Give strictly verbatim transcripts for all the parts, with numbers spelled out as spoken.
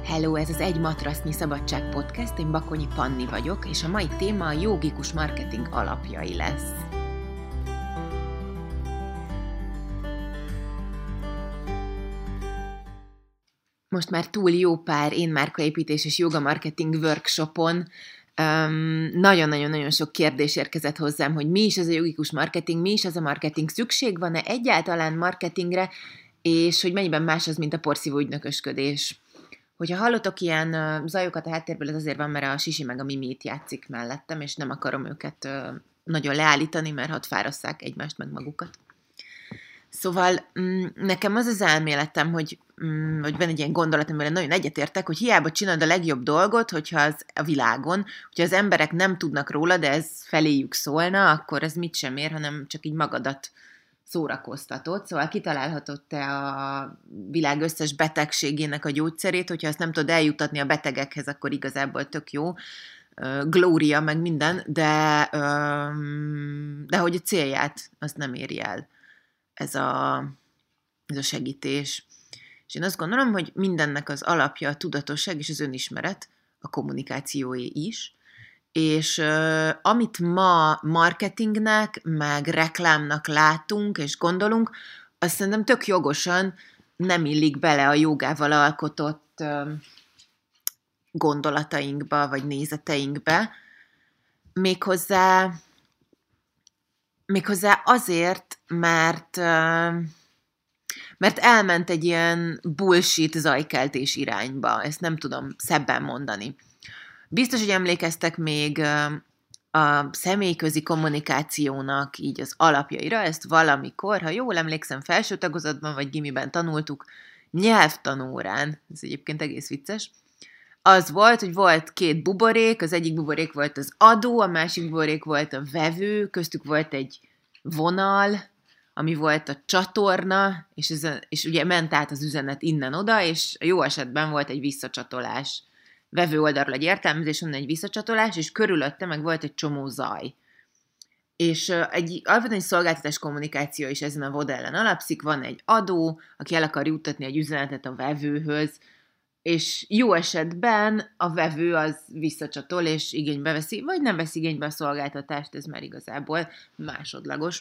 Hello, ez az Egy Matrasznyi Szabadság Podcast, én Bakonyi Panni vagyok, és a mai téma a jogikus marketing alapjai lesz. Most már túl jó pár én márkaépítés és joga marketing workshopon um, nagyon-nagyon-nagyon sok kérdés érkezett hozzám, hogy mi is az a jogikus marketing, mi is az a marketing, szükség van-e egyáltalán marketingre, és hogy mennyiben más az, mint a porszívó ügynökösködés. Hogyha hallotok ilyen uh, zajokat a háttérből, ez azért van, mert a Sisi meg a Mimi itt játszik mellettem, és nem akarom őket uh, nagyon leállítani, mert hadd fárasszák egymást meg magukat. Szóval mm, nekem az az elméletem, hogy, mm, hogy van egy ilyen gondolat, amivel nagyon egyetértek, hogy hiába csinálod a legjobb dolgot, hogyha az a világon, hogyha az emberek nem tudnak róla, de ez feléjük szólna, akkor ez mit sem ér, hanem csak így magadat szórakoztatod. Szóval kitalálhatod te a világ összes betegségének a gyógyszerét, hogyha azt nem tudod eljutatni a betegekhez, akkor igazából tök jó. Glória, meg minden, de, de hogy a célját azt nem éri el ez a, ez a segítés. És én azt gondolom, hogy mindennek az alapja a tudatosság és az önismeret, a kommunikációé is, és uh, amit ma marketingnek, meg reklámnak látunk és gondolunk, azt szerintem tök jogosan nem illik bele a jogával alkotott uh, gondolatainkba, vagy nézeteinkbe. Méghozzá, méghozzá azért, mert, uh, mert elment egy ilyen bullshit zajkeltés irányba. Ezt nem tudom szebben mondani. Biztos, hogy emlékeztek még a személyközi kommunikációnak így az alapjaira, ezt valamikor, ha jól emlékszem, felső tagozatban vagy gimiben tanultuk, nyelvtanórán, ez egyébként egész vicces, az volt, hogy volt két buborék, az egyik buborék volt az adó, a másik buborék volt a vevő, köztük volt egy vonal, ami volt a csatorna, és, ez a, és ugye ment át az üzenet innen-oda, és jó esetben volt egy visszacsatolás. Vevő oldalról egy értelmezés, onnan egy visszacsatolás, és körülötte meg volt egy csomó zaj. És egy alapvetően szolgáltatás kommunikáció is ezen a modellen alapszik, van egy adó, aki el akar juttatni egy üzenetet a vevőhöz, és jó esetben a vevő az visszacsatol, és igénybe veszi, vagy nem veszi igénybe a szolgáltatást, ez már igazából másodlagos.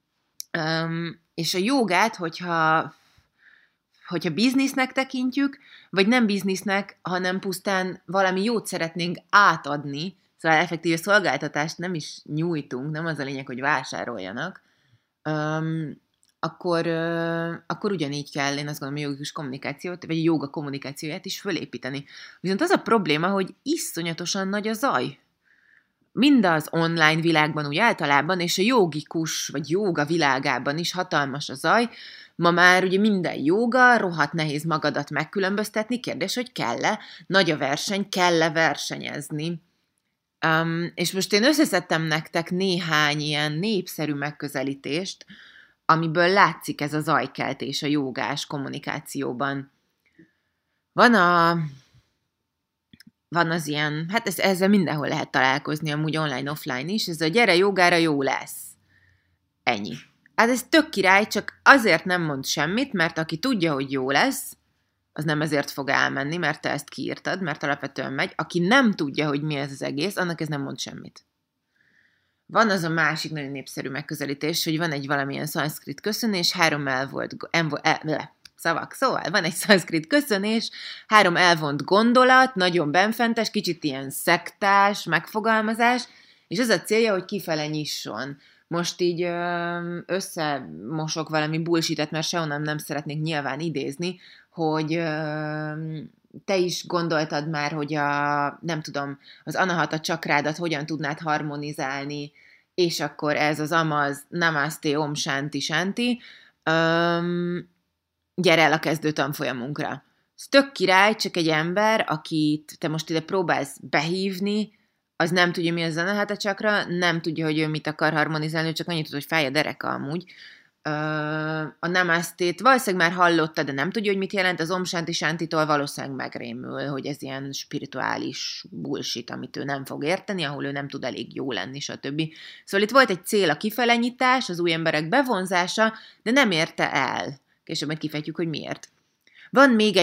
Um, és a jogát, hogyha hogyha biznisznek tekintjük, vagy nem biznisznek, hanem pusztán valami jót szeretnénk átadni, szóval effektíve szolgáltatást nem is nyújtunk, nem az a lényeg, hogy vásároljanak, um, akkor, uh, akkor ugyanígy kell, én azt gondolom, a jogikus kommunikációt, vagy a joga kommunikációját is fölépíteni. Viszont az a probléma, hogy iszonyatosan nagy a zaj. Mind az online világban úgy általában, és a jogikus, vagy jóga világában is hatalmas a zaj. Ma már ugye minden jóga, rohadt nehéz magadat megkülönböztetni, kérdés, hogy kell-e, nagy a verseny, kell-e versenyezni. Um, és most én összeszedtem nektek néhány ilyen népszerű megközelítést, amiből látszik ez a zajkeltés a jogás kommunikációban. Van a... Van az ilyen, hát ez, ezzel mindenhol lehet találkozni, amúgy online, offline is, ez a gyere jogára, jó lesz. Ennyi. Hát ez tök király, csak azért nem mond semmit, mert aki tudja, hogy jó lesz, az nem ezért fog elmenni, mert te ezt kiírtad, mert alapvetően megy. Aki nem tudja, hogy mi ez az egész, annak ez nem mond semmit. Van az a másik nagyon népszerű megközelítés, hogy van egy valamilyen szanszkrit köszönés, három elvolt, el, el, szavak, szóval van egy szanszkrit köszönés, három elvont gondolat, nagyon benfentes, kicsit ilyen szektás megfogalmazás, és az a célja, hogy kifele nyisson. Most így összemosok valami bullshit-et, mert sehonnan nem szeretnék nyilván idézni, hogy te is gondoltad már, hogy a, nem tudom, az anahata csakrádat hogyan tudnád harmonizálni, és akkor ez az amaz, namaste, om, shanti, shanti, um, gyere el a kezdő tanfolyamunkra. Ez tök király, csak egy ember, akit te most ide próbálsz behívni, az nem tudja, mi az anahata csakra, nem tudja, hogy ő mit akar harmonizálni, csak annyit tud, hogy fáj a dereka amúgy. A namastét valószínűleg már hallotta, de nem tudja, hogy mit jelent, az om shanti shantitól valószínűleg megrémül, hogy ez ilyen spirituális bullshit, amit ő nem fog érteni, ahol ő nem tud elég jó lenni, stb. Szóval itt volt egy cél, a kifelenyítás, az új emberek bevonzása, de nem érte el. Később majd kifejtjük, hogy miért. Van még egy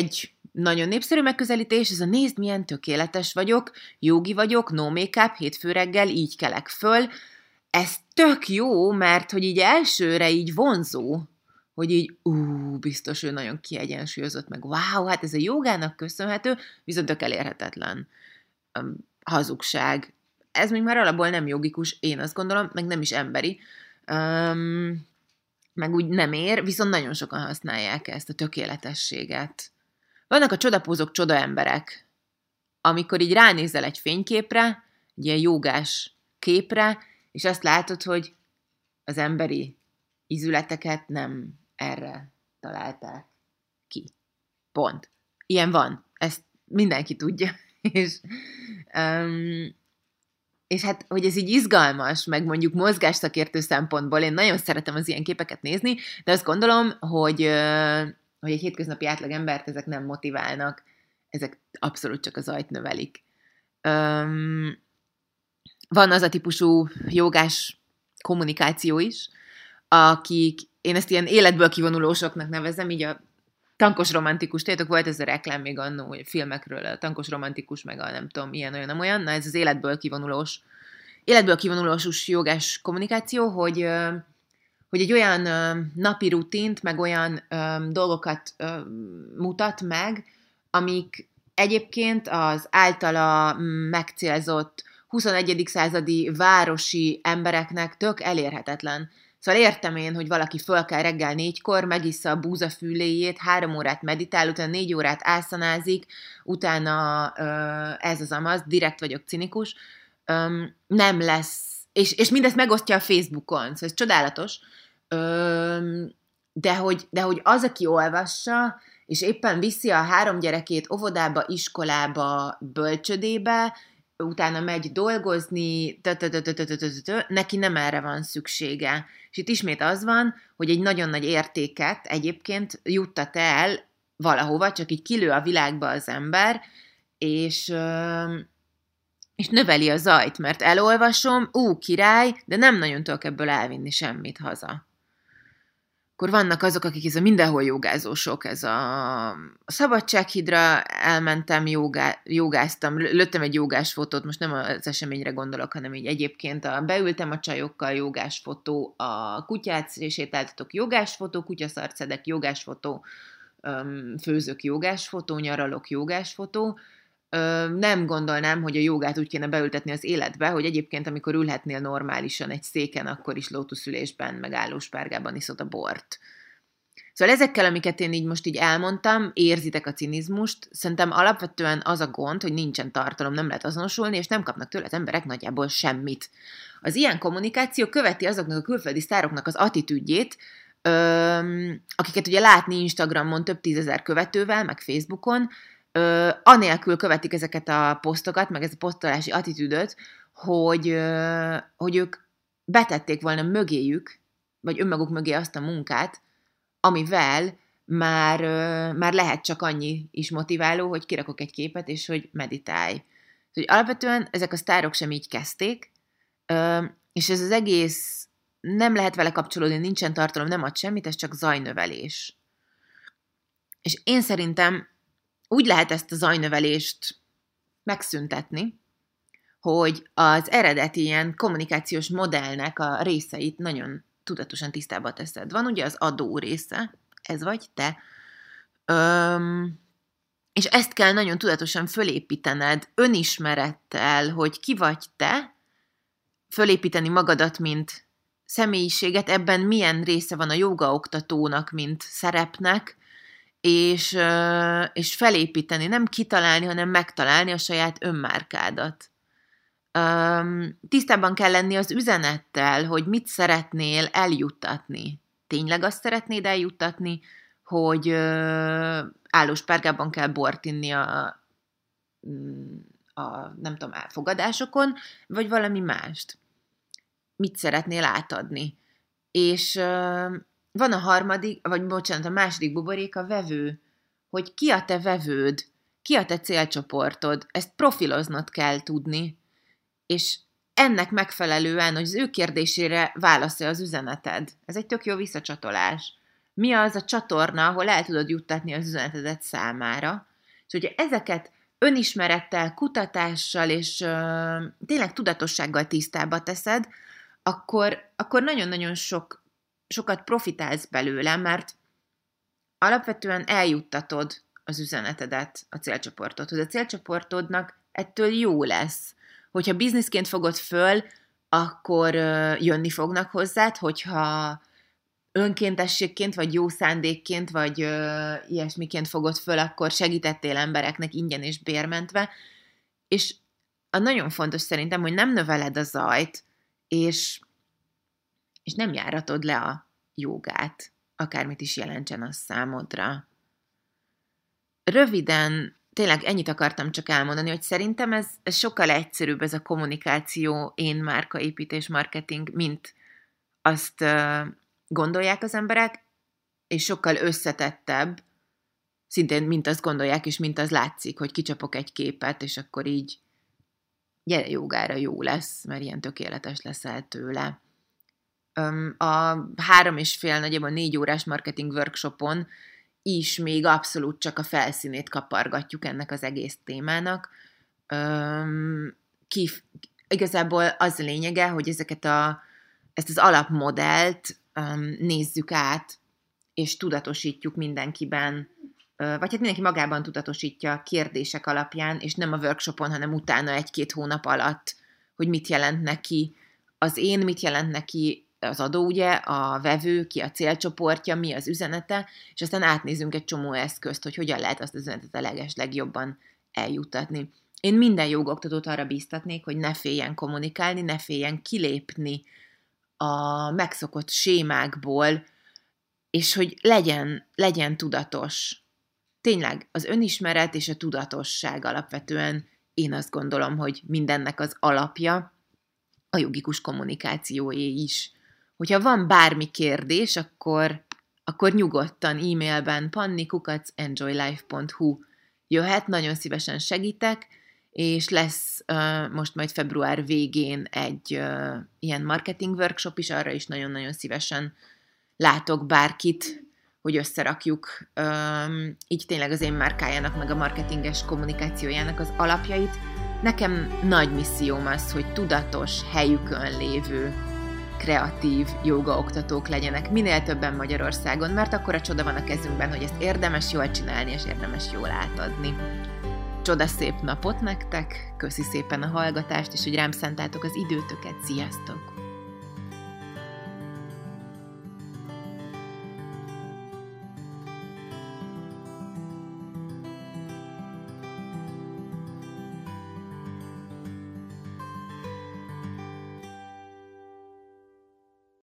nagyon népszerű megközelítés, ez a nézd, milyen tökéletes vagyok, jógi vagyok, no make-up, hétfő reggel, így kelek föl. Ez tök jó, mert hogy így elsőre így vonzó, hogy így, ú, biztos ő nagyon kiegyensúlyozott, meg wow, hát ez a jogának köszönhető, viszont tök elérhetetlen. Um, hazugság. Ez még már alapból nem jogikus, én azt gondolom, meg nem is emberi. Um, meg úgy nem ér, viszont nagyon sokan használják ezt a tökéletességet. Vannak a csodapózok, csoda emberek, amikor így ránézel egy fényképre, egy ilyen jogás képre, és azt látod, hogy az emberi ízületeket nem erre találták ki. Pont. Ilyen van. Ezt mindenki tudja. és, um, és hát, hogy ez így izgalmas, meg mondjuk mozgásszakértő szempontból, én nagyon szeretem az ilyen képeket nézni, de azt gondolom, hogy, hogy egy hétköznapi átlag ezek nem motiválnak, ezek abszolút csak a zajt növelik. Um, van az a típusú jogás kommunikáció is, akik, én ezt ilyen életből kivonulósoknak nevezem, így a tankos romantikus, tudjátok, volt ez a reklám még annó, hogy filmekről, a tankos romantikus, meg a nem tudom, ilyen olyan, nem olyan, na ez az életből kivonulós, életből kivonulós jogás kommunikáció, hogy, hogy egy olyan napi rutint, meg olyan dolgokat mutat meg, amik egyébként az általa megcélzott huszonegyedik századi városi embereknek tök elérhetetlen. Szóval értem én, hogy valaki föl kell reggel négykor, megissza a búzafűléjét, három órát meditál, utána négy órát ászanázik, utána ez az amaz, direkt vagyok cinikus, nem lesz, és, és mindezt megosztja a Facebookon, szóval ez csodálatos, de hogy, de hogy az, aki olvassa, és éppen viszi a három gyerekét óvodába, iskolába, bölcsödébe, utána megy dolgozni, neki nem erre van szüksége. És itt ismét az van, hogy egy nagyon nagy értéket egyébként juttat el valahova, csak így kilő a világba az ember, és, és növeli a zajt, mert elolvasom, ú, király, de nem nagyon tudok ebből elvinni semmit haza. Akkor vannak azok, akik ez a mindenhol jogázósok, ez a, a Szabadsághídra elmentem, jogá, jogáztam, lőttem egy jogás fotót, most nem az eseményre gondolok, hanem így egyébként a, beültem a csajokkal, jogás fotó, a kutyát sétáltatok, jogás fotó, kutyaszart szedek, jogás fotó, főzök, jogás fotó, nyaralok, jogás fotó. Nem gondolnám, hogy a jogát úgy kéne beültetni az életbe, hogy egyébként, amikor ülhetnél normálisan egy széken, akkor is lótuszülésben, meg állóspárgában iszod a bort. Szóval ezekkel, amiket én így most így elmondtam, érzitek a cinizmust, szerintem alapvetően az a gond, hogy nincsen tartalom, nem lehet azonosulni, és nem kapnak tőle az emberek nagyjából semmit. Az ilyen kommunikáció követi azoknak a külföldi sztároknak az attitűdjét, öm, akiket ugye látni Instagramon több tízezer követővel, meg Facebookon, Ö, anélkül követik ezeket a posztokat, meg ez a posztolási attitűdöt, hogy, ö, hogy ők betették volna mögéjük, vagy önmaguk mögé azt a munkát, amivel már, ö, már lehet csak annyi is motiváló, hogy kirakok egy képet, és hogy meditálj. Hogy alapvetően ezek a sztárok sem így kezdték, ö, és ez az egész nem lehet vele kapcsolódni, nincsen tartalom, nem ad semmit, ez csak zajnövelés. És én szerintem úgy lehet ezt a zajnövelést megszüntetni, hogy az eredeti ilyen kommunikációs modellnek a részeit nagyon tudatosan tisztába teszed. Van ugye az adó része, ez vagy te, Öm, és ezt kell nagyon tudatosan fölépítened önismerettel, hogy ki vagy te, fölépíteni magadat, mint személyiséget, ebben milyen része van a jogaoktatónak, mint szerepnek, és, és felépíteni, nem kitalálni, hanem megtalálni a saját önmárkádat. Tisztában kell lenni az üzenettel, hogy mit szeretnél eljuttatni. Tényleg azt szeretnéd eljuttatni, hogy állóspárgában kell bort inni a, a nem tudom, elfogadásokon, vagy valami mást. Mit szeretnél átadni? És van a harmadik, vagy bocsánat, a második buborék a vevő, hogy ki a te vevőd, ki a te célcsoportod, ezt profiloznod kell tudni, és ennek megfelelően, hogy az ő kérdésére válaszolja az üzeneted. Ez egy tök jó visszacsatolás. Mi az a csatorna, ahol el tudod juttatni az üzenetedet számára, És hogyha ezeket önismerettel, kutatással és uh, tényleg tudatossággal tisztába teszed, akkor, akkor nagyon-nagyon sok, sokat profitálsz belőle, mert alapvetően eljuttatod az üzenetedet a célcsoportodhoz. A célcsoportodnak ettől jó lesz. Hogyha bizniszként fogod föl, akkor uh, jönni fognak hozzád, hogyha önkéntességként, vagy jó szándékként, vagy ö, ilyesmiként fogod föl, akkor segítettél embereknek ingyen és bérmentve, és a nagyon fontos szerintem, hogy nem növeled a zajt, és, és nem járatod le a jogát, akármit is jelentsen az számodra. Röviden, tényleg ennyit akartam csak elmondani, hogy szerintem ez, ez sokkal egyszerűbb, ez a kommunikáció, én márkaépítés, marketing, mint azt ö, gondolják az emberek, és sokkal összetettebb, szintén mint azt gondolják, és mint az látszik, hogy kicsapok egy képet, és akkor így gyere jogára, jó lesz, mert ilyen tökéletes leszel tőle. A három és fél, nagyjából négy órás marketing workshopon is még abszolút csak a felszínét kapargatjuk ennek az egész témának. Kif, igazából az a lényege, hogy ezeket a, ezt az alapmodellt um, nézzük át, és tudatosítjuk mindenkiben, vagy hát mindenki magában tudatosítja kérdések alapján, és nem a workshopon, hanem utána egy-két hónap alatt, hogy mit jelent neki az én, mit jelent neki az adó, ugye, a vevő, ki a célcsoportja, mi az üzenete, és aztán átnézünk egy csomó eszközt, hogy hogyan lehet azt az üzenetet a legeslegjobban eljuttatni. Én minden jogoktatót arra bíztatnék, hogy ne féljen kommunikálni, ne féljen kilépni a megszokott sémákból, és hogy legyen, legyen tudatos. Tényleg az önismeret és a tudatosság alapvetően én azt gondolom, hogy mindennek az alapja a jogikus kommunikációé is. Hogyha van bármi kérdés, akkor, akkor nyugodtan e-mailben panni kukac enjoylife pont hu jöhet, nagyon szívesen segítek, és lesz uh, most majd február végén egy uh, ilyen marketing workshop is, arra is nagyon-nagyon szívesen látok bárkit, hogy összerakjuk um, így tényleg az én márkájának, meg a marketinges kommunikációjának az alapjait. Nekem nagy misszióm az, hogy tudatos, helyükön lévő, kreatív jógaoktatók legyenek minél többen Magyarországon, mert akkor a csoda van a kezünkben, hogy ezt érdemes jól csinálni, és érdemes jól átadni. Csoda szép napot nektek, köszi szépen a hallgatást, és hogy rám szántátok az időtöket, sziasztok!